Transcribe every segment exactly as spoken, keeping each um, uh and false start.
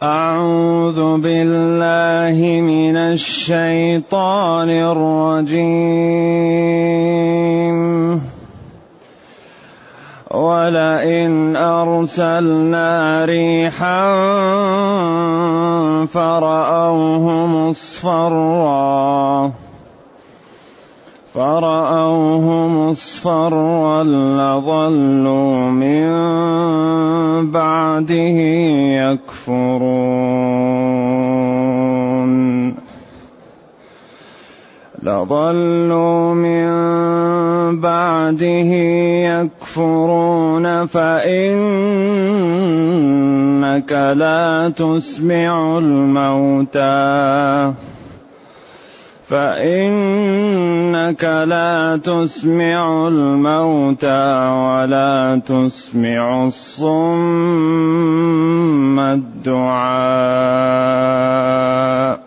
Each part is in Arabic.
أعوذ بالله من الشيطان الرجيم. ولئن أرسلنا ريحا فرأوه مصفرا فرأوه مصفرا لظلوا من بعده يكفرون لظلوا من بعده يكفرون فإنك لا تسمع الموتى فإنك لا تسمع الموتى ولا تسمع الصم الدعاء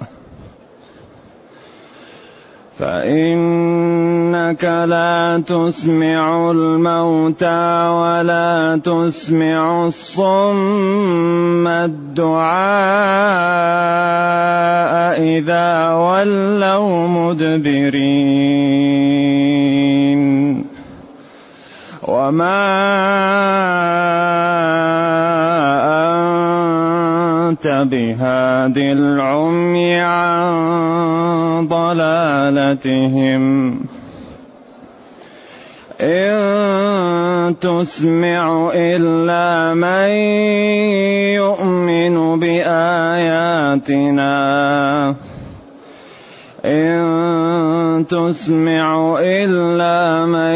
فإنك لا تسمع الموتى ولا تسمع الصم الدعاء إذا ولوا مدبرين وما أنت بهاد العمي عن ضلالتهم إن تسمع إلا من يؤمن بآياتنا إن تسمع إلا من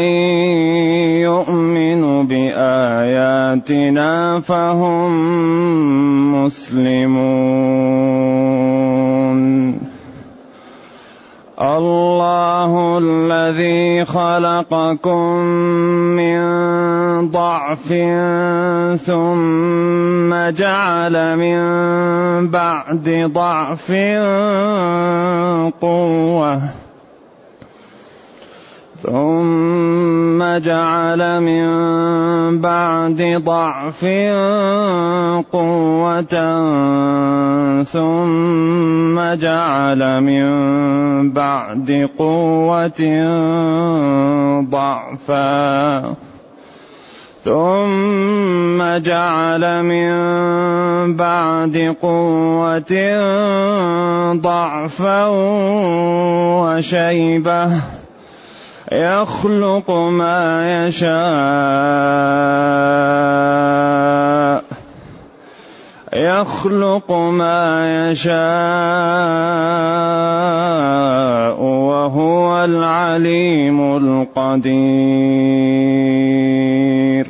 يؤمن بآياتنا فهم مسلمون. الله الذي خلقكم من ضعف ثم جعل من بعد ضعف قوة ثم جعل من بعد ضعف قوة ثم جعل من بعد قوة ضعفا ثم جعل من بعد قوة ضعفا وشيبة يخلق ما يشاء يخلق ما يشاء وهو العليم القدير.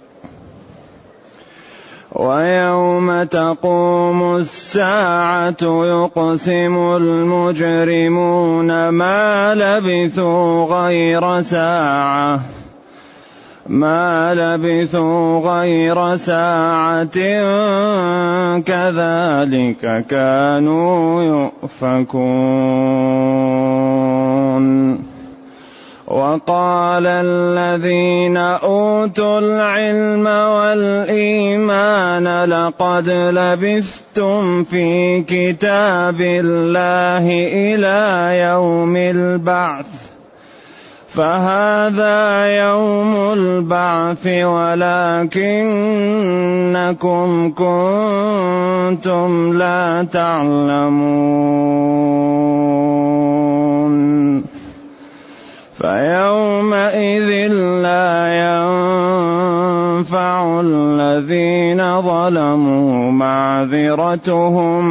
ويوم تقوم الساعة يقسم المجرمون ما لبثوا غير ساعة ما لبثوا غير ساعة كذلك كانوا يؤفكون. وقال الذين أوتوا العلم والإيمان لقد لبثتم في كتاب الله إلى يوم البعث فهذا يوم البعث ولكنكم كنتم لا تعلمون. فيومئذ لا ينفع الذين ظلموا معذرتهم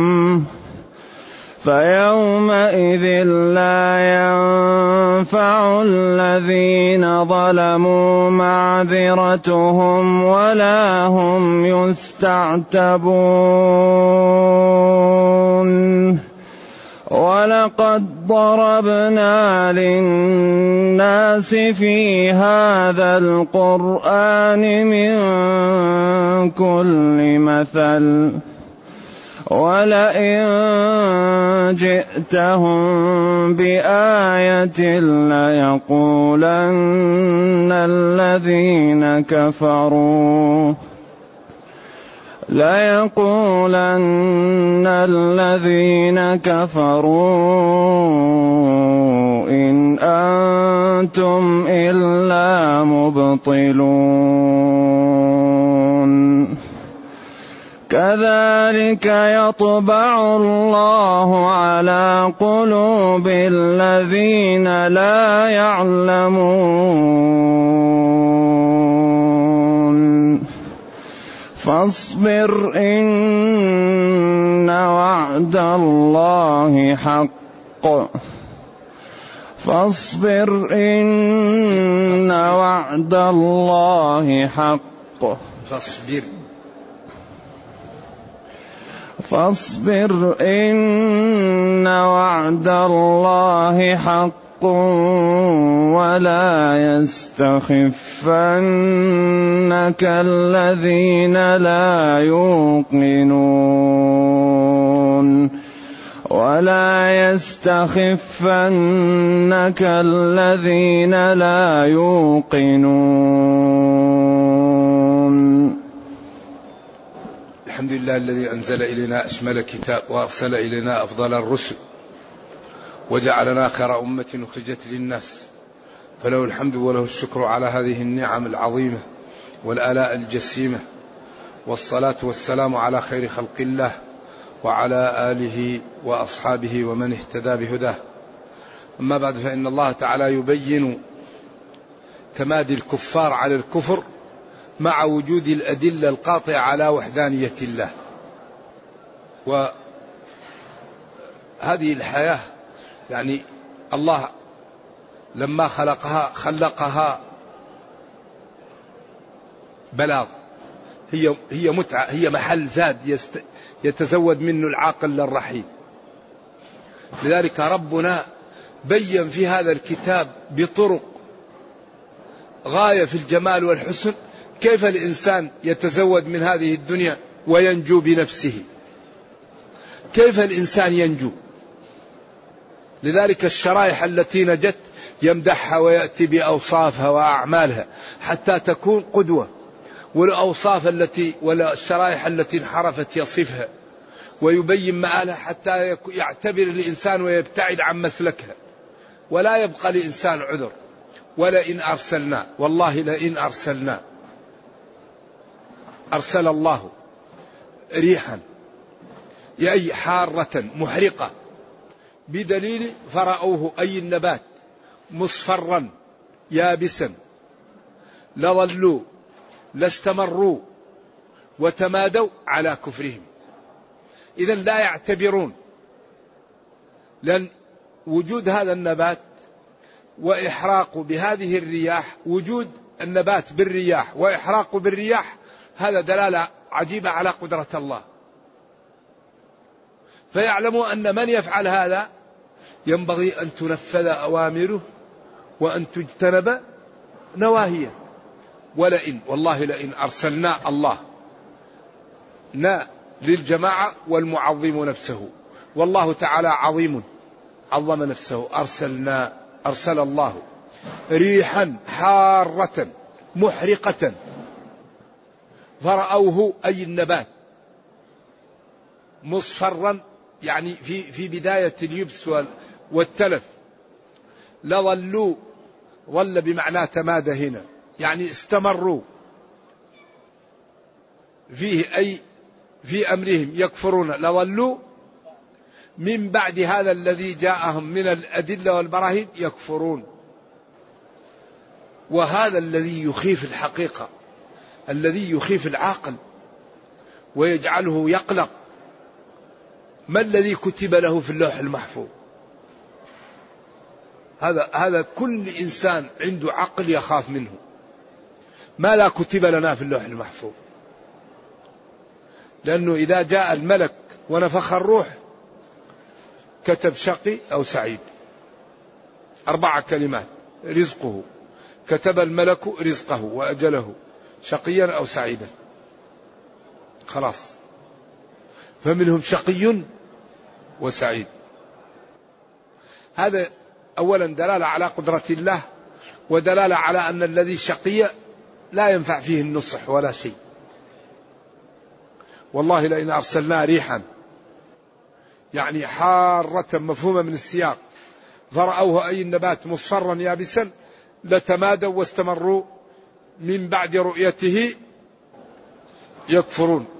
فيومئذ لا ينفع الذين ظلموا معذرتهم ولا هم يستعتبون. ولقد ضربنا للناس في هذا القرآن من كل مثل ولئن جئتهم بآية ليقولن الذين كفروا ليقولن الذين كفروا إن أنتم إلا مبطلون كذلك يطبع الله على قلوب الذين لا يعلمون فاصبر إن وعد الله حق فاصبر إن وعد الله حق فاصبر فاصبر إن وعد الله حق ولا يستخفنك الذين لا يوقنون ولا يستخفنك الذين لا يوقنون. الحمد لله الذي أنزل إلينا أشمل كتاب وأرسل إلينا أفضل الرسل وجعلنا خير أمة أخرجت للناس، فله الحمد وله الشكر على هذه النعم العظيمة والآلاء الجسيمة، والصلاة والسلام على خير خلق الله وعلى آله وأصحابه ومن اهتدى بهداه. أما بعد، فإن الله تعالى يبين تمادي الكفار على الكفر مع وجود الأدلة القاطعة على وحدانية الله. وهذه الحياة يعني الله لما خلقها خلقها بلاغ، هي هي متعة، هي محل زاد يتزود منه العاقل للرحيم. لذلك ربنا بين في هذا الكتاب بطرق غاية في الجمال والحسن كيف الإنسان يتزود من هذه الدنيا وينجو بنفسه، كيف الإنسان ينجو. لذلك الشرائح التي نجت يمدحها ويأتي بأوصافها وأعمالها حتى تكون قدوة، والأوصاف التي ولا الشرائح التي انحرفت يصفها ويبين مآلها حتى يعتبر الإنسان ويبتعد عن مسلكها، ولا يبقى لإنسان عذر. ولئن أرسلنا، والله لئن أرسلنا، أرسل الله ريحا أي حارة محرقة بدليل فرأوه أي النبات مصفرا يابسا لظلوا لاستمروا وتمادوا على كفرهم. إذن لا يعتبرون، لأن وجود هذا النبات وإحراقه بهذه الرياح، وجود النبات بالرياح وإحراقه بالرياح، هذا دلالة عجيبة على قدرة الله. فيعلموا أن من يفعل هذا ينبغي أن تنفذ أوامره وأن تجتنب نواهيه. ولئن، والله لئن أرسلنا، الله نا للجماعة والمعظم نفسه، والله تعالى عظيم عظم نفسه. أرسلنا، أرسل الله ريحا حارة محرقة فرأوه أي النبات مصفرا، يعني في في بداية اليبس والتلف. لظلوا، ظل بمعنى تمادى هنا، يعني استمروا فيه أي في أمرهم يكفرون. لظلوا من بعد هذا الذي جاءهم من الأدلة والبراهين يكفرون. وهذا الذي يخيف الحقيقة، الذي يخيف العاقل ويجعله يقلق. ما الذي كتب له في اللوح المحفوظ؟ هذا هذا كل إنسان عنده عقل يخاف منه. ما لا كتب لنا في اللوح المحفوظ؟ لأنه إذا جاء الملك ونفخ الروح كتب شقي أو سعيد، أربع كلمات: رزقه، كتب الملك رزقه وأجله، شقيا أو سعيدا، خلاص. فمنهم شقي وسعيد. هذا أولا دلالة على قدرة الله، ودلالة على أن الذي شقي لا ينفع فيه النصح ولا شيء. والله لئن أرسلنا ريحا يعني حارة مفهومة من السياق فرأوه أي النبات مصفرا يابسا لتمادوا واستمروا من بعد رؤيته يكفرون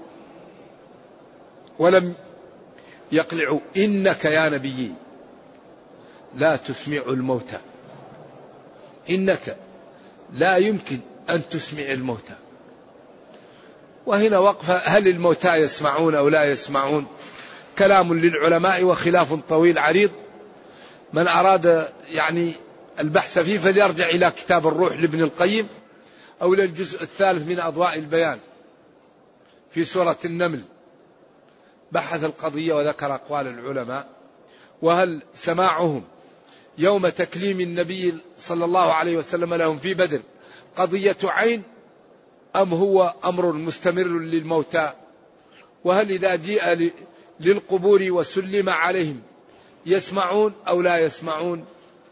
ولم يقلعوا. إنك يا نبي لا تسمع الموتى، إنك لا يمكن أن تسمع الموتى. وهنا وقفة، هل الموتى يسمعون أو لا يسمعون؟ كلام للعلماء وخلاف طويل عريض. من أراد يعني البحث فيه فليرجع إلى كتاب الروح لابن القيم أو إلى الجزء الثالث من أضواء البيان في سورة النمل، بحث القضية وذكر أقوال العلماء. وهل سماعهم يوم تكليم النبي صلى الله عليه وسلم لهم في بدر قضية عين أم هو أمر مستمر للموتى؟ وهل إذا جيء للقبور وسلم عليهم يسمعون أو لا يسمعون؟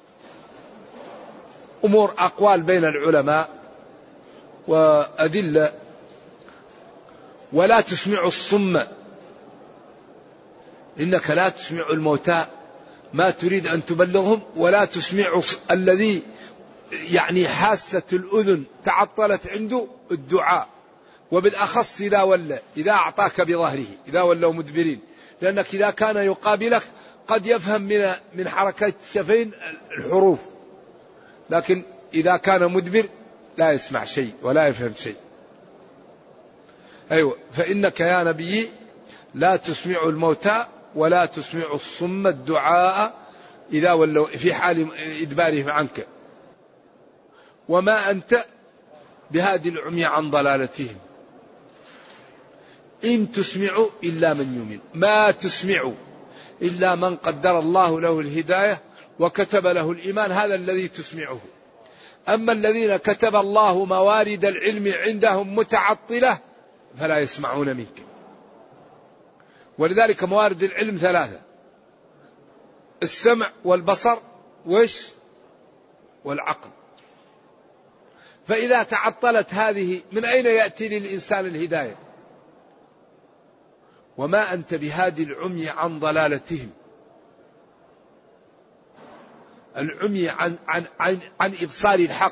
أمور أقوال بين العلماء وأدلة. ولا تسمع الصم، إنك لا تسمع الموتى ما تريد أن تبلغهم، ولا تسمع الذي يعني حاسة الأذن تعطلت عنده الدعاء، وبالأخص إذا ولى، إذا أعطاك بظهره، إذا ولوا مدبرين، لأنك إذا كان يقابلك قد يفهم من من حركات الشفين الحروف، لكن إذا كان مدبر لا يسمع شيء ولا يفهم شيء. أيوة، فإنك يا نبي لا تسمع الموتى ولا تسمع الصم الدعاء إذا ولوا في حال إدبارهم عنك، وما أنت بهادي العمي عن ضلالتهم إن تسمع إلا من يؤمن. ما تسمع إلا من قدر الله له الهداية وكتب له الإيمان، هذا الذي تسمعه. أما الذين كتب الله موارد العلم عندهم متعطلة فلا يسمعون منك. ولذلك موارد العلم ثلاثة: السمع والبصر وش والعقل. فإذا تعطلت هذه من أين يأتي للإنسان الهداية؟ وما أنت بهادي العمي عن ضلالتهم، العمي عن, عن, عن, عن إبصار الحق،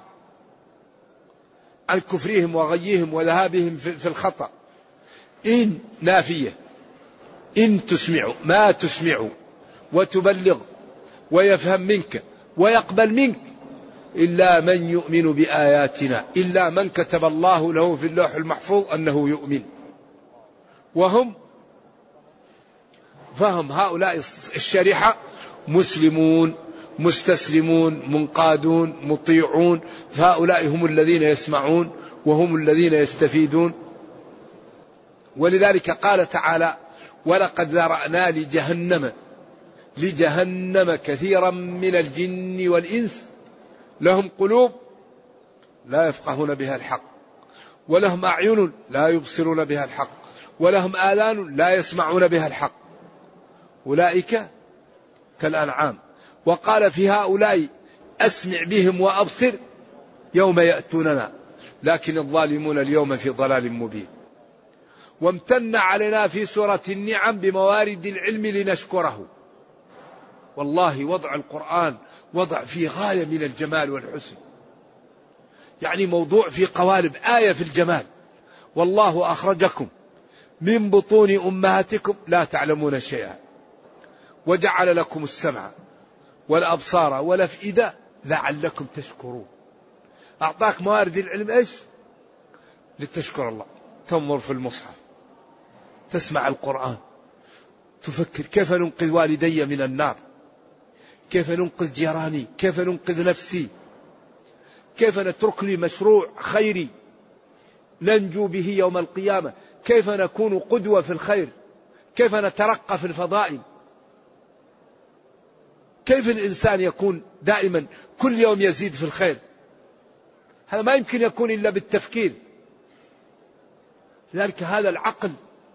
عن كفرهم وغيهم وذهابهم في, في الخطأ. إن نافية، إن تسمع، ما تسمع وتبلغ ويفهم منك ويقبل منك إلا من يؤمن بآياتنا، إلا من كتب الله له في اللوح المحفوظ أنه يؤمن. وهم فهم هؤلاء الشريحة مسلمون مستسلمون منقادون مطيعون، فهؤلاء هم الذين يسمعون وهم الذين يستفيدون. ولذلك قال تعالى: ولقد ذرأنا لجهنم لجهنم كثيرا من الجن والإنس لهم قلوب لا يفقهون بها الحق، ولهم أعين لا يبصرون بها الحق، ولهم آذان لا يسمعون بها الحق، أولئك كالأنعام. وقال في هؤلاء: أسمع بهم وأبصر يوم يأتوننا لكن الظالمون اليوم في ضلال مبين. وامتن علينا في سورة النعم بموارد العلم لنشكره. والله وضع القرآن وضع في غاية من الجمال والحسن، يعني موضوع في قوالب، آية في الجمال. والله أخرجكم من بطون أمهاتكم لا تعلمون شيئا وجعل لكم السمع والأبصار والأفئدة لعلكم تشكرون. أعطاك موارد العلم إيش؟ لتشكر الله. تنظر في المصحف، تسمع القرآن، تفكر كيف ننقذ والدي من النار، كيف ننقذ جيراني، كيف ننقذ نفسي، كيف نترك لي مشروع خيري ننجو به يوم القيامة، كيف نكون قدوة في الخير، كيف نترقى في الفضائل، كيف الإنسان يكون دائما كل يوم يزيد في الخير. هذا ما يمكن يكون إلا بالتفكير. لذلك هذا العقل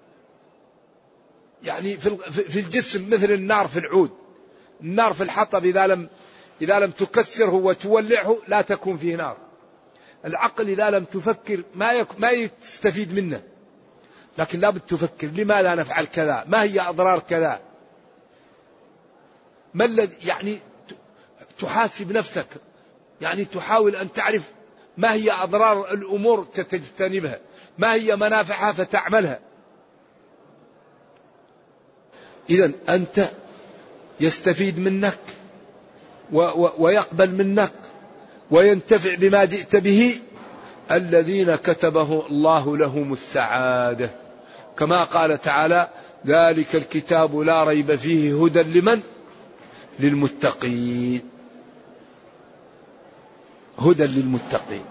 يعني في الجسم مثل النار في العود، النار في الحطب إذا لم إذا لم تكسره وتولعه لا تكون فيه نار. العقل إذا لم تفكر ما ما يستفيد منه. لكن لا بد تفكر لماذا نفعل كذا، ما هي أضرار كذا، ما الذي يعني تحاسب نفسك، يعني تحاول أن تعرف ما هي أضرار الأمور تتجنبها، ما هي منافعها فتعملها. إذن أنت يستفيد منك ويقبل منك وينتفع بما جئت به الذين كتبه الله لهم السعادة، كما قال تعالى: ذلك الكتاب لا ريب فيه هدى لمن؟ للمتقين. هدى للمتقين،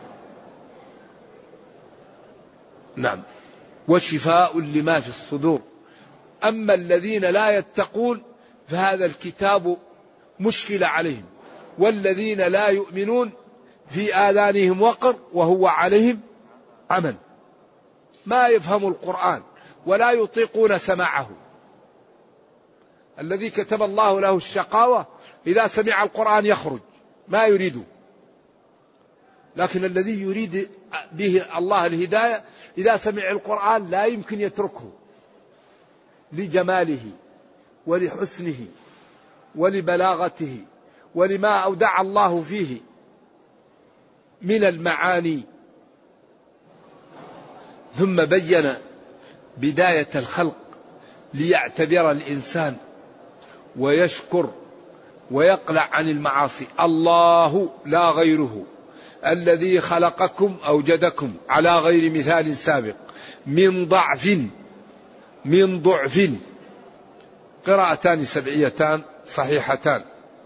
نعم، وشفاء لما في الصدور. أما الذين لا يتقون فهذا الكتاب مشكلة عليهم، والذين لا يؤمنون في آذانهم وقر وهو عليهم عمى، ما يفهم القرآن ولا يطيقون سماعه. الذي كتب الله له الشقاوة إذا سمع القرآن يخرج ما يريده، لكن الذي يريد به الله الهداية إذا سمع القرآن لا يمكن يتركه لجماله ولحسنه ولبلاغته ولما أودع الله فيه من المعاني. ثم بين بداية الخلق ليعتبر الإنسان ويشكر ويقلع عن المعاصي. الله لا غيره الذي خلقكم أوجدكم على غير مثال سابق من ضعف من ضعف. قراءتان سبعيتان صحيحتان،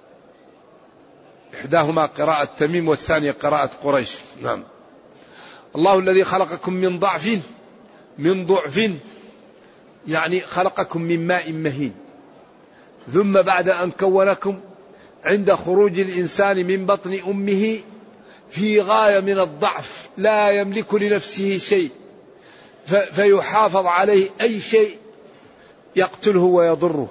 إحداهما قراءة تميم والثانية قراءة قريش. نعم. الله الذي خلقكم من ضعف من ضعف يعني خلقكم من ماء مهين، ثم بعد أن كونكم عند خروج الإنسان من بطن أمه في غاية من الضعف لا يملك لنفسه شيء، فيحافظ عليه أي شيء يقتله ويضره.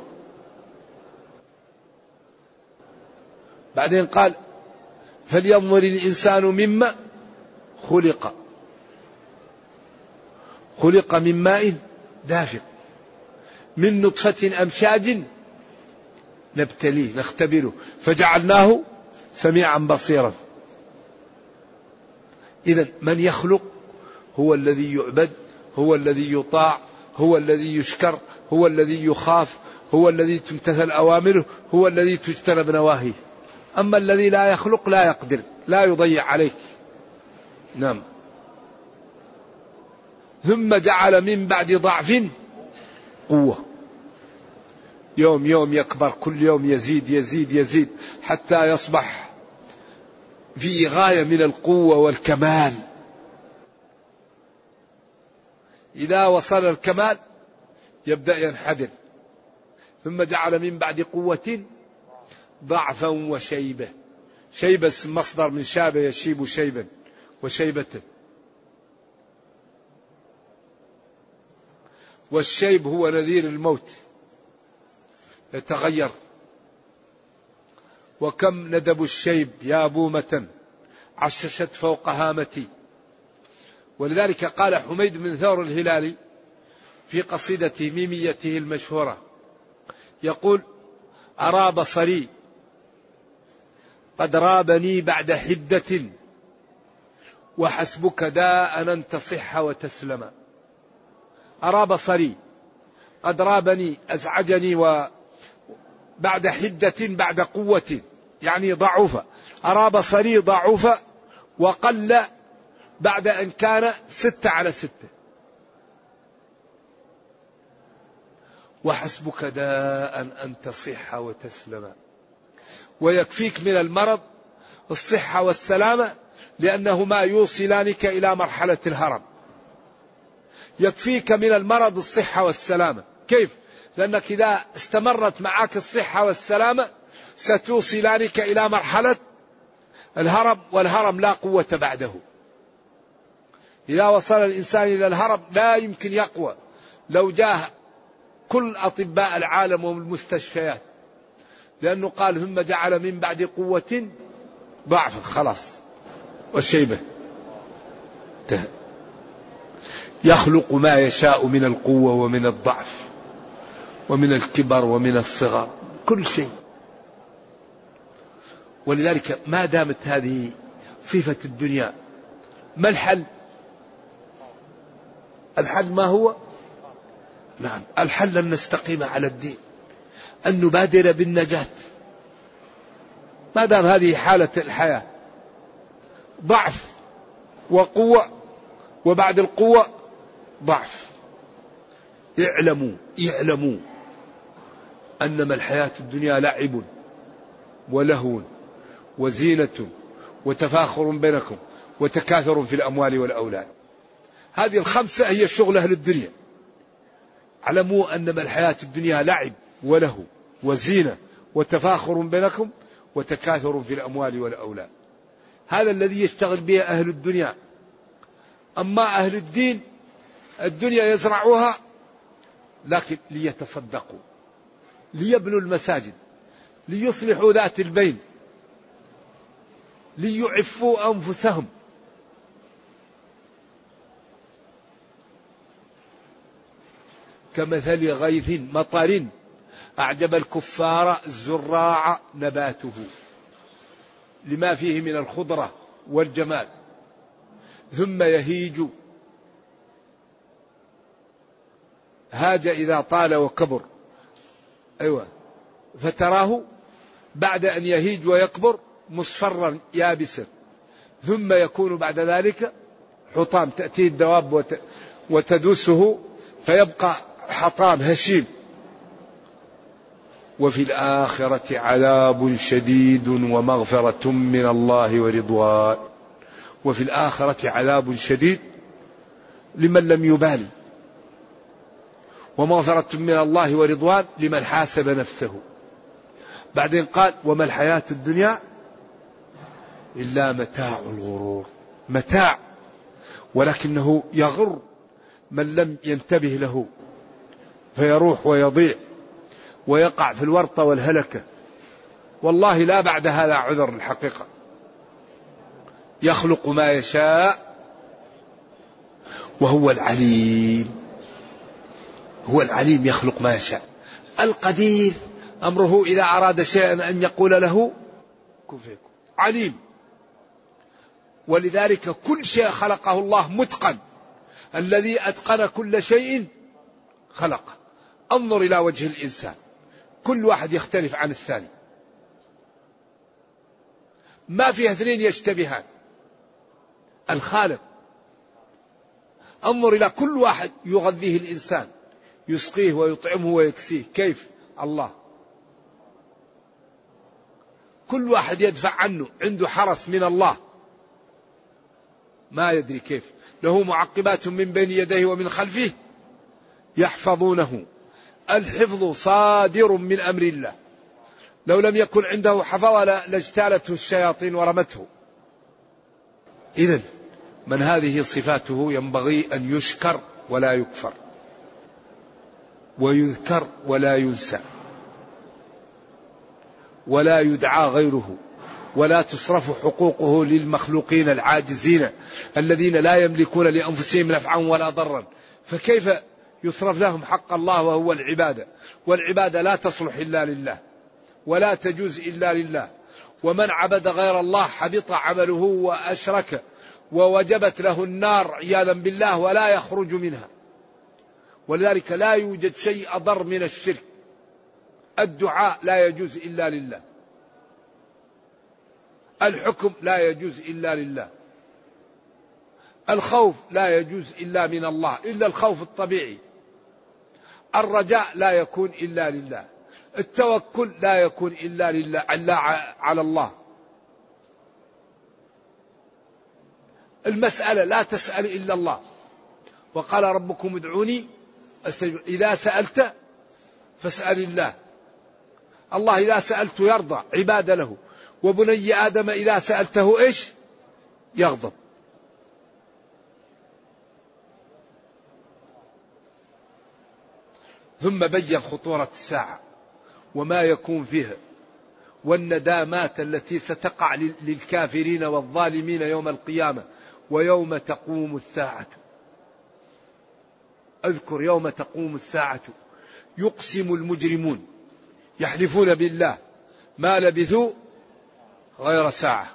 بعدين قال: فلينظر الإنسان مما خلق. خلق من ماء دافق من نطفة أمشاج نبتليه نختبره فجعلناه سميعا بصيرا. إذن من يخلق هو الذي يعبد، هو الذي يطاع، هو الذي يشكر، هو الذي يخاف، هو الذي تمتثل أوامره، هو الذي تجتنب نواهيه. أما الذي لا يخلق لا يقدر، لا يضيع عليك. نعم. ثم جعل من بعد ضعف قوة، يوم يوم يكبر، كل يوم يزيد يزيد يزيد حتى يصبح في غاية من القوة والكمال. إذا وصل الكمال يبدأ ينحدر. ثم جعل من بعد قوة ضعفا وشيبة. شيبة مصدر من شاب يشيب شيبا وشيبة، والشيب هو نذير الموت يتغير. وكم ندب الشيب يا بومة عششت فوق هامتي. ولذلك قال حميد بن ثور الهلالي في قصيدة ميميته المشهورة، يقول: أرى بصري قد رابني بعد حدة وحسبك داء أن تصح وتسلم. أرى بصري قد رابني أزعجني وبعد حدة بعد قوة يعني ضعف. أرى بصري ضعف وقل بعد أن كان ستة على ستة. وحسبك داء أن تصح وتسلم. ويكفيك من المرض الصحة والسلامة لأنهما يوصلانك إلى مرحلة الهرم. يكفيك من المرض الصحة والسلامة. كيف؟ لأنك إذا استمرت معك الصحة والسلامة ستوصلانك إلى مرحلة الهرم، والهرم لا قوة بعده. إذا وصل الإنسان إلى الهرم لا يمكن يقوى، لو جاء كل أطباء العالم والمستشفيات، لأنه قال: ثم جعل من بعد قوة ضعف، خلاص، والشيبة. يخلق ما يشاء من القوة ومن الضعف ومن الكبر ومن الصغر، كل شيء. ولذلك ما دامت هذه صفة الدنيا، ما الحل؟ الحل ما هو؟ نعم، الحل أن نستقيم على الدين، أن نبادر بالنجاة. ما دام هذه حالة الحياة، ضعف وقوة، وبعد القوة ضعف. اعلموا اعلموا أنما الحياة الدنيا لعب ولهو وزينة وتفاخر بينكم وتكاثر في الأموال والأولاد. هذه الخمسة هي الشغل أهل الدنيا. اعلموا أنما الحياة الدنيا لعب ولهو وزينة وتفاخر بينكم وتكاثر في الأموال والأولاد. هذا الذي يشتغل به أهل الدنيا. أما أهل الدين الدنيا يزرعوها لكن ليتصدقوا، ليبنوا المساجد، ليصلحوا ذات البين، ليعفوا أنفسهم. كمثل غيث مطر أعجب الكفار الزراع نباته لما فيه من الخضرة والجمال، ثم يهيج هاج إذا طال وكبر. أيوة، فتراه بعد أن يهيج ويكبر مصفرا يابسا، ثم يكون بعد ذلك حطام، تأتيه الدواب وتدوسه فيبقى حطام هشيم. وفي الآخرة عذاب شديد ومغفرة من الله ورضوان. وفي الآخرة عذاب شديد لمن لم يبالي، ومغفرة من الله ورضوان لمن حاسب نفسه. بعدين قال وما الحياة الدنيا إلا متاع الغرور. متاع، ولكنه يغر من لم ينتبه له، فيروح ويضيع ويقع في الورطة والهلكة. والله لا بعد هذا عذر الحقيقة. يخلق ما يشاء وهو العليم. هو العليم، يخلق ما يشاء. القدير أمره إذا أراد شيئا أن يقول له كن فيكون. عليم. ولذلك كل شيء خلقه الله متقن. الذي أتقن كل شيء خلقه. انظر إلى وجه الإنسان، كل واحد يختلف عن الثاني، ما فيه اثنين يشتبهان. الخالق. انظر إلى كل واحد يغذيه الإنسان، يسقيه ويطعمه ويكسيه، كيف؟ الله. كل واحد يدفع عنه، عنده حرس من الله ما يدري كيف. له معقبات من بين يديه ومن خلفه يحفظونه. الحفظ صادر من أمر الله، لو لم يكن عنده حفظ لاجتالته الشياطين ورمته. إذن من هذه صفاته ينبغي أن يشكر ولا يكفر، ويذكر ولا ينسى، ولا يدعى غيره، ولا تصرف حقوقه للمخلوقين العاجزين الذين لا يملكون لأنفسهم نفعا ولا ضرا. فكيف يصرف لهم حق الله وهو العبادة؟ والعبادة لا تصلح إلا لله، ولا تجوز إلا لله. ومن عبد غير الله حبط عمله وأشرك، ووجبت له النار عياذا بالله ولا يخرج منها. ولذلك لا يوجد شيء أضر من الشرك. الدعاء لا يجوز إلا لله، الحكم لا يجوز إلا لله، الخوف لا يجوز إلا من الله إلا الخوف الطبيعي، الرجاء لا يكون إلا لله، التوكل لا يكون إلا لله إلا على الله. المسألة لا تسأل إلا الله. وقال ربكم ادعوني أستجب. إذا سألت فاسأل الله. الله إذا سألت يرضى، عباد له. وبني آدم إذا سألته إيش؟ يغضب. ثم بين خطورة الساعة وما يكون فيها، والندامات التي ستقع للكافرين والظالمين يوم القيامة ويوم تقوم الساعة. اذكر يوم تقوم الساعة يقسم المجرمون يحلفون بالله ما لبثوا غير ساعة.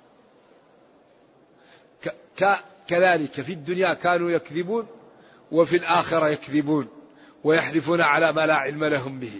كذلك في الدنيا كانوا يكذبون وفي الآخرة يكذبون ويحلفون على ما لا علم لهم به.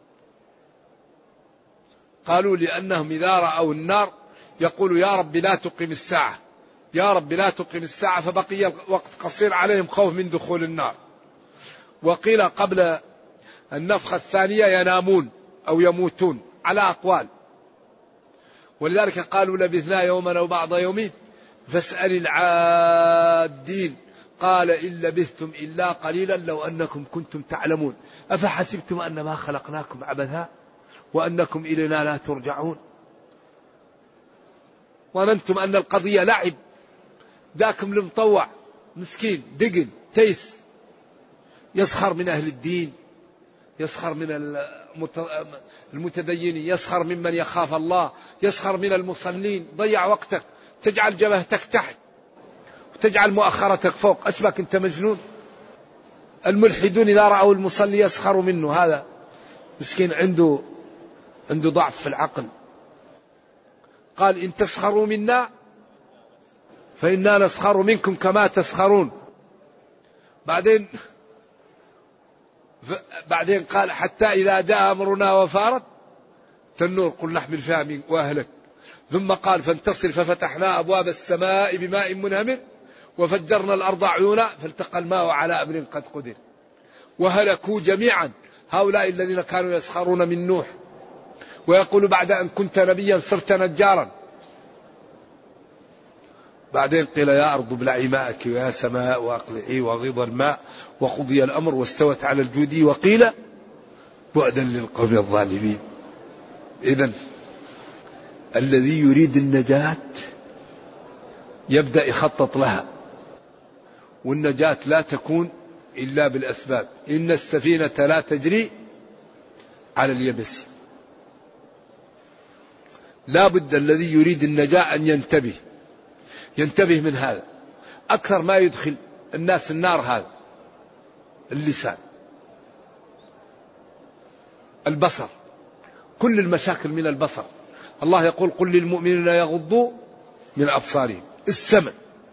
قالوا لأنهم إذا رأوا النار يقولوا يا رب لا تقم الساعة يا رب لا تقم الساعة، فبقي الوقت قصير عليهم خوف من دخول النار. وقيل قبل النفخة الثانية ينامون أو يموتون على أقوال، ولذلك قالوا لبثنا يوما أو بعض يومين فاسأل العادين قال إن لبثتم إلا قليلا لو أنكم كنتم تعلمون أفحسبتم أنما خلقناكم عبثا وأنكم إلينا لا ترجعون وظننتم أن القضية لعب، ذاكم المطوع مسكين دقن تيس يسخر من أهل الدين، يسخر من المتدينين، يسخر ممن يخاف الله، يسخر من المصلين. ضيع وقتك، تجعل جبهتك تحت وتجعل مؤخرتك فوق، أشبك أنت مجنون. الملحدون إذا رأوا المصلي يسخروا منه، هذا مسكين عنده عنده ضعف في العقل. قال إن تسخروا منا فإنا نسخر منكم كما تسخرون. بعدين بعدين قال حتى إذا جاء أمرنا وفارت تنور قل نحمل فيها من وأهلك. ثم قال فانتصر ففتحنا أبواب السماء بماء منهمر وفجرنا الأرض عيونا فالتقى الماء على أمر قد قدر وهلكوا جميعا هؤلاء الذين كانوا يسخرون من نوح. ويقول بعد أن كنت نبيا صرت نجارا. بعدين قيل يا أرض ابلعي ماءك ويا سماء وأقلعي وغيض الماء وقضي الأمر واستوت على الجودي وقيل بعدا للقوم الظالمين. إذن الذي يريد النجاة يبدأ يخطط لها، والنجاة لا تكون إلا بالأسباب. إن السفينة لا تجري على اليبس. لا بد الذي يريد النجاة أن ينتبه ينتبه من هذا. أكثر ما يدخل الناس النار هذا اللسان، البصر، كل المشاكل من البصر. الله يقول قل للمؤمنين يغضوا من أبصارهم. السمع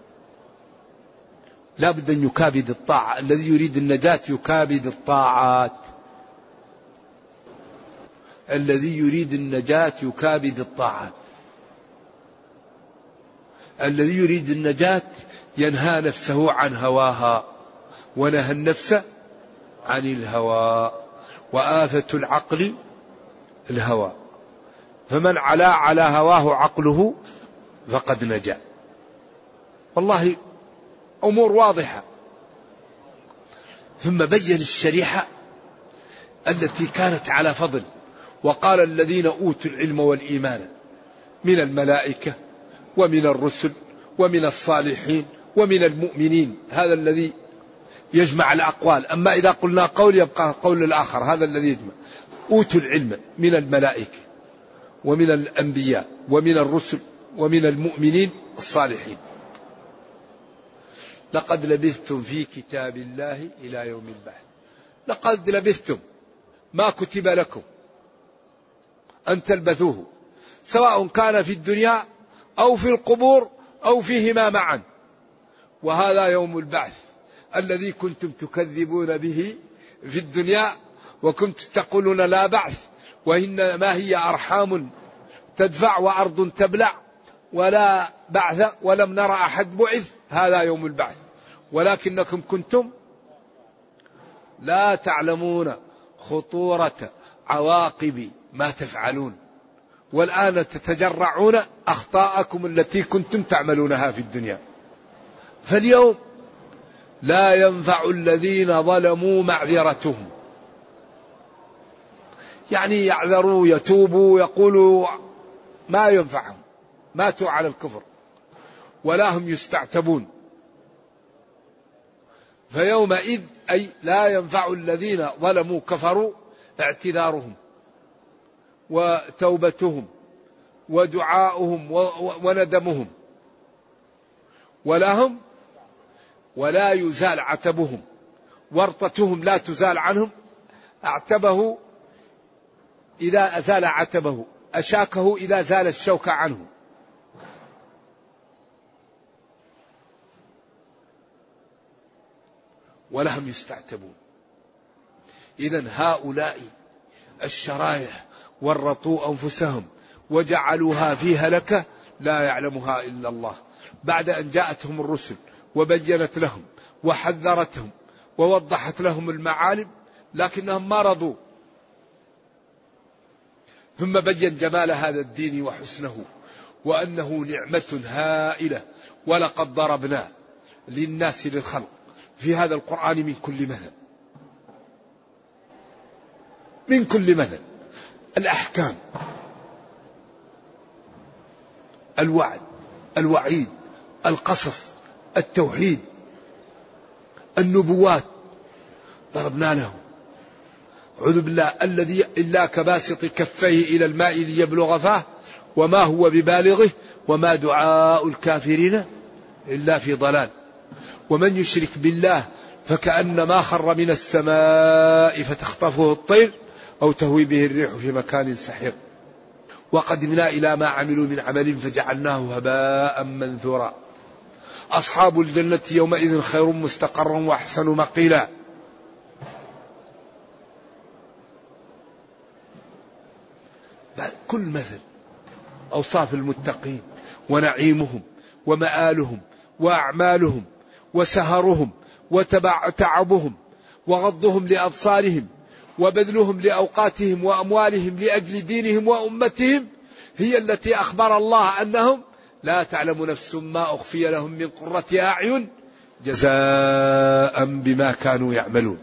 لا بد أن يكابد الطاعة. الذي يريد النجاة يكابد الطاعات. الذي يريد النجاة يكابد الطاعات. الذي يريد النجاة ينهى نفسه عن هواها، ونهى النفس عن الهوى. وآفة العقل الهوى، فمن علا على هواه عقله فقد نجا. والله أمور واضحة. ثم بين الشريحة التي كانت على فضل. وقال الذين أوتوا العلم والإيمان من الملائكة ومن الرسل ومن الصالحين ومن المؤمنين. هذا الذي يجمع الأقوال. أما إذا قلنا قول يبقى قول الآخر. هذا الذي يجمع. أوتوا العلم من الملائكة ومن الأنبياء ومن الرسل ومن المؤمنين الصالحين. لقد لبثتم في كتاب الله إلى يوم البعث. لقد لبثتم، ما كتب لكم أن تلبثوه، سواء كان في الدنيا أو في القبور أو فيهما معا. وهذا يوم البعث الذي كنتم تكذبون به في الدنيا، وكنتم تقولون لا بعث، وإنما هي أرحام تدفع وأرض تبلع ولا بعث ولم نرى أحد بعث. هذا يوم البعث، ولكنكم كنتم لا تعلمون خطورة عواقب ما تفعلون، والآن تتجرعون أخطاءكم التي كنتم تعملونها في الدنيا. فاليوم لا ينفع الذين ظلموا معذرتهم، يعني يعذروا يتوبوا يقولوا ما ينفعهم، ماتوا على الكفر ولا هم يستعتبون. فيومئذ أي لا ينفع الذين ظلموا كفروا اعتذارهم وتوبتهم ودعاؤهم وندمهم، ولا هم ولا يزال عتبهم ورطتهم لا تزال عنهم، اعتبه إذا أزال عتبه، أشاكه إذا زال الشوك عنه. ولهم يستعتبون. إذن هؤلاء الشرايح ورطوا أنفسهم وجعلوها في هلكة لا يعلمها إلا الله، بعد أن جاءتهم الرسل وبينت لهم وحذرتهم ووضحت لهم المعالم، لكنهم ما رضوا. ثم بين جمال هذا الدين وحسنه وأنه نعمة هائلة. ولقد ضربنا للناس للخلق في هذا القرآن من كل مثل، من كل مثل، الأحكام، الوعد، الوعيد، القصص، التوحيد، النبوات، ضربنا له. أعوذ بالله الذي إلا كباسط كفيه إلى الماء ليبلغ فاه وما هو ببالغه وما دعاء الكافرين إلا في ضلال. ومن يشرك بالله فكأنما خر من السماء فتخطفه الطير أو تهوي به الريح في مكان سحيق. وقدمنا إلى ما عملوا من عمل فجعلناه هباء منثورا. أصحاب الجنة يومئذ خير مستقرا وأحسن مقيلا. كل مثل أوصاف المتقين ونعيمهم ومآلهم وأعمالهم وسهرهم وتعبهم وغضهم لأبصارهم وبذلهم لأوقاتهم وأموالهم لأجل دينهم وأمتهم هي التي أخبر الله أنهم لا تعلم نفس ما أخفي لهم من قرة أعين جزاء بما كانوا يعملون.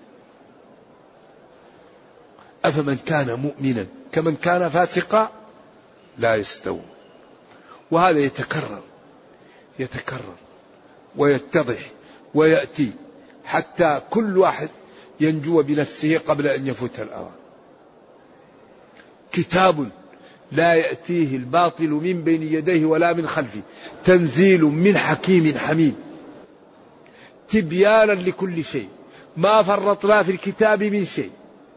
أفمن كان مؤمنا كمن كان فاسقا لا يستوون. وهذا يتكرر يتكرر ويتضح ويأتي حتى كل واحد ينجو بنفسه قبل أن يفوت الأوان. كتاب لا يأتيه الباطل من بين يديه ولا من خلفه تنزيل من حكيم حميد تبيانا لكل شيء ما فرطنا في الكتاب من شيء.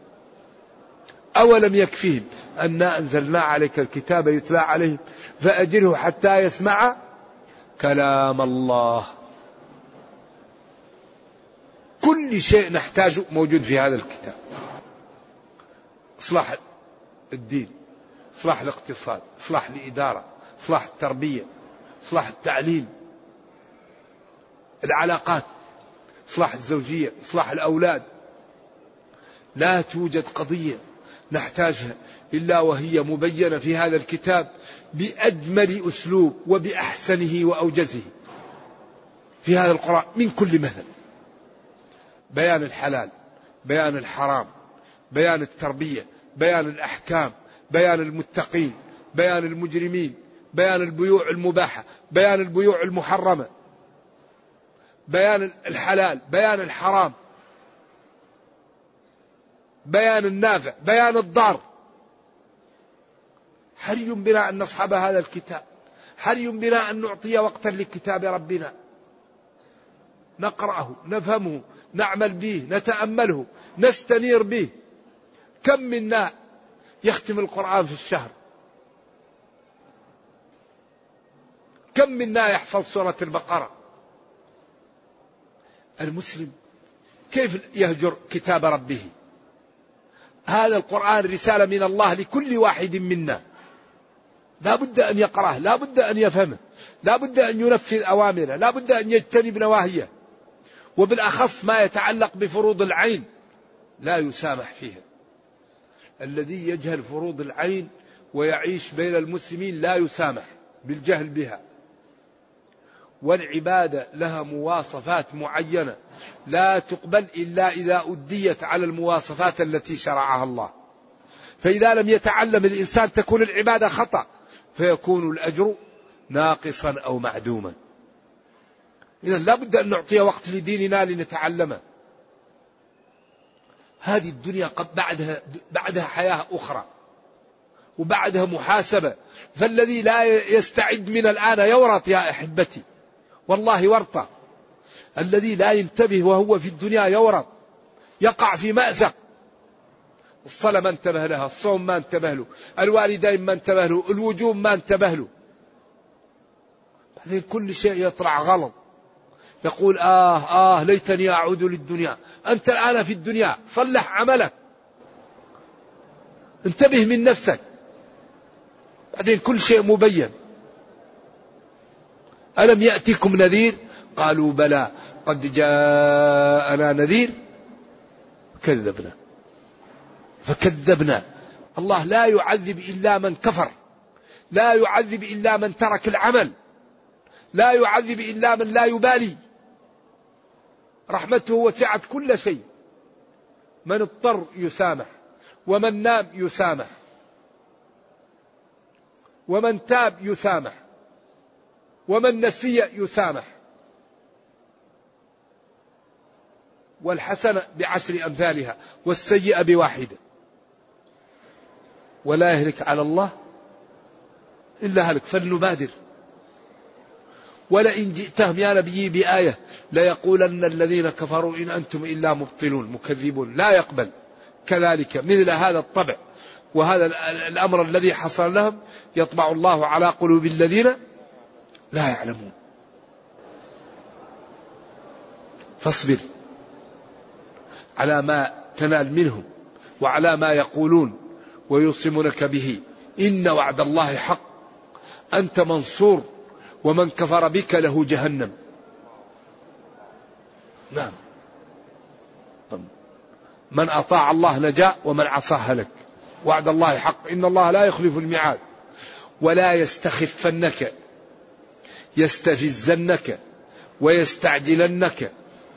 أولم يكفيهم أنا أنزلنا عليك الكتاب يتلى عليهم فأجره حتى يسمع كلام الله. كل شيء نحتاجه موجود في هذا الكتاب. إصلاح الدين، إصلاح الاقتصاد، إصلاح الإدارة، إصلاح التربية، إصلاح التعليم، العلاقات، إصلاح الزوجية، إصلاح الأولاد. لا توجد قضية نحتاجها إلا وهي مبينة في هذا الكتاب بأجمل أسلوب وبأحسنه وأوجزه في هذا القرآن من كل مثل. بيان الحلال، بيان الحرام، بيان التربية، بيان الأحكام، بيان المتقين، بيان المجرمين، بيان البيوع المباحة، بيان البيوع المحرمة، بيان الحلال، بيان الحرام، بيان النافع، بيان الضار. حري بنا أن نصحب هذا الكتاب، حري بنا أن نعطي وقتا لكتاب ربنا، نقرأه، نفهمه، نعمل به، نتأمله، نستنير به. كم منا يختم القرآن في الشهر؟ كم منا يحفظ سورة البقرة؟ المسلم كيف يهجر كتاب ربه؟ هذا القرآن رسالة من الله لكل واحد منا، لا بد أن يقرأه، لا بد أن يفهمه، لا بد أن ينفذ أوامره، لا بد أن يجتنب نواهيه. وبالأخص ما يتعلق بفروض العين لا يسامح فيها. الذي يجهل فروض العين ويعيش بين المسلمين لا يسامح بالجهل بها. والعبادة لها مواصفات معينة لا تقبل إلا إذا أديت على المواصفات التي شرعها الله. فإذا لم يتعلم الإنسان تكون العبادة خطأ، فيكون الأجر ناقصا أو معدوما. إذا لا بد أن نعطي وقت لديننا لنتعلمه. هذه الدنيا بعدها, بعدها حياة أخرى وبعدها محاسبة. فالذي لا يستعد من الآن يورط يا أحبتي، والله ورطة. الذي لا ينتبه وهو في الدنيا يورط، يقع في مأزق. الصلاة ما انتبه لها، الصوم ما انتبه له، الوالدين ما انتبه له، الوجوب ما انتبه له، بعدين كل شيء يطلع غلط. يقول آه آه ليتني أعود للدنيا. أنت الآن في الدنيا، صلح عملك، انتبه من نفسك، بعدين كل شيء مبين. ألم يأتكم نذير؟ قالوا بلى قد جاءنا نذير كذبنا فكذبنا. الله لا يعذب إلا من كفر، لا يعذب إلا من ترك العمل، لا يعذب إلا من لا يبالي. رحمته وسعت كل شيء. من اضطر يسامح، ومن نام يسامح، ومن تاب يسامح، ومن نسي يسامح. والحسنة بعشر أمثالها والسيئة بواحدة. ولا يهلك على الله إلا هلك. فلنبادر. ولئن جئتهم يا نبي بآية ليقولن الذين كفروا إن أنتم إلا مبطلون مكذبون. لا يقبل. كذلك مثل هذا الطبع وهذا الأمر الذي حصل لهم يطبع الله على قلوب الذين لا يعلمون. فاصبر على ما تنال منهم وعلى ما يقولون ويوصمونك به. إن وعد الله حق، أنت منصور، ومن كفر بك له جهنم. نعم. من أطاع الله نجا ومن عصاه هلك. وعد الله حق، إن الله لا يخلف الميعاد. ولا يستخفنك يستفزنك ويستعجلنك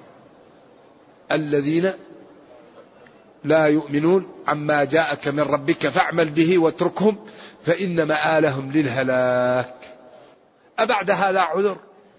الذين لا يؤمنون عما جاءك من ربك فاعمل به واتركهم فإن مآلهم للهلاك. أبعد هذا عذر؟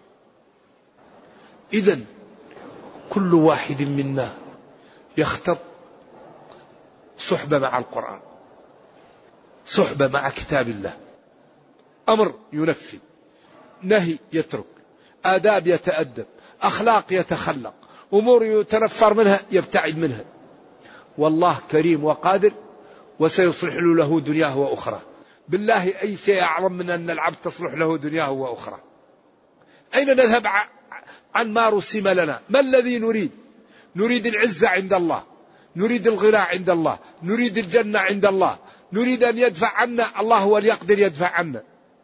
إذن كل واحد منا يختط صحبة مع القرآن، صحبة مع كتاب الله. أمر ينفذ، نهي يترك، آداب يتأدب، أخلاق يتخلق، أمور يتنفر منها يبتعد منها. والله كريم وقادر وسيصلح له دنياه وأخرى. بالله أي شيء أعظم من أن العبد تصلح له دنياه وأخرى. أين نذهب عن ما رسم لنا؟ ما الذي نريد؟ نريد العزة عند الله، نريد الغنى عند الله، نريد الجنة عند الله، نريد أن يدفع عنا، الله هو اللي يقدر يدفع عنا.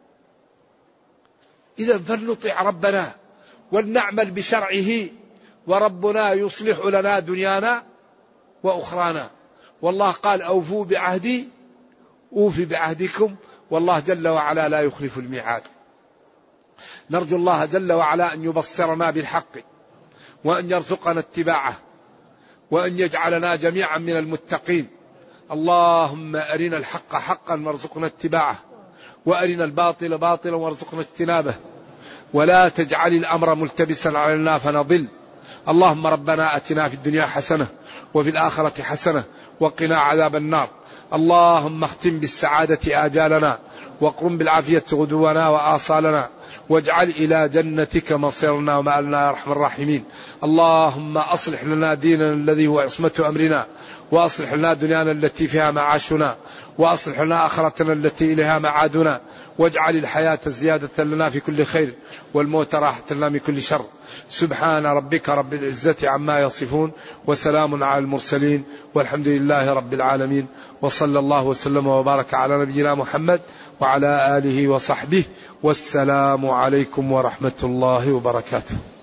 إذا فلنطيع ربنا ولنعمل بشرعه، وربنا يصلح لنا دنيانا وأخرانا. والله قال أوفوا بعهدي أوفي بعهدكم، والله جل وعلا لا يخلف الميعاد. نرجو الله جل وعلا أن يبصرنا بالحق وأن يرزقنا اتباعه وأن يجعلنا جميعا من المتقين. اللهم أرنا الحق حقا وارزقنا اتباعه، وأرنا الباطل باطلا وارزقنا اجتنابه، ولا تجعل الأمر ملتبسا علينا فنضل. اللهم ربنا أتنا في الدنيا حسنة وفي الآخرة حسنة وقنا عذاب النار. اللهم اختم بالسعادة آجالنا واقرم بالعافية غدونا وآصالنا، واجعل إلى جنتك مصيرنا ومآلنا يا أرحم الراحمين. اللهم أصلح لنا ديننا الذي هو عصمة أمرنا، وأصلح لنا دنيانا التي فيها معاشنا، وأصلح لنا آخرتنا التي إليها معادنا، واجعل الحياة زيادة لنا في كل خير والموت راحة لنا من كل شر. سبحان ربك رب العزة عما يصفون، وسلام على المرسلين، والحمد لله رب العالمين، وصلى الله وسلم وبارك على نبينا محمد وعلى آله وصحبه، والسلام عليكم ورحمة الله وبركاته.